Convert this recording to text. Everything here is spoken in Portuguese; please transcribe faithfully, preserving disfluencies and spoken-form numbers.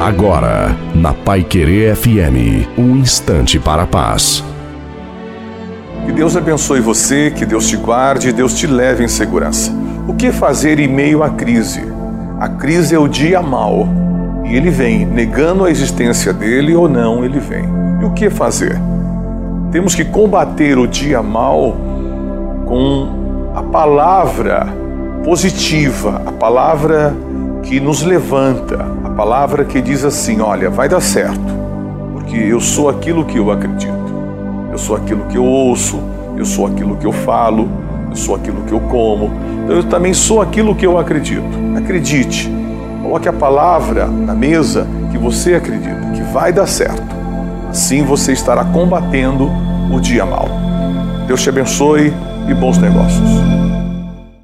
Agora, na Paiquerê F M, um instante para a paz. Que Deus abençoe você, que Deus te guarde, Deus te leve em segurança. O que fazer em meio à crise? A crise é o dia mau e ele vem, negando a existência dele ou não, ele vem. E o que fazer? Temos que combater o dia mau com a palavra positiva, a palavra que nos levanta, a palavra que diz assim: olha, vai dar certo, porque eu sou aquilo que eu acredito. Eu sou aquilo que eu ouço, eu sou aquilo que eu falo, eu sou aquilo que eu como. Então eu também sou aquilo que eu acredito. Acredite, coloque a palavra na mesa que você acredita, que vai dar certo. Assim você estará combatendo o dia mau. Deus te abençoe e bons negócios.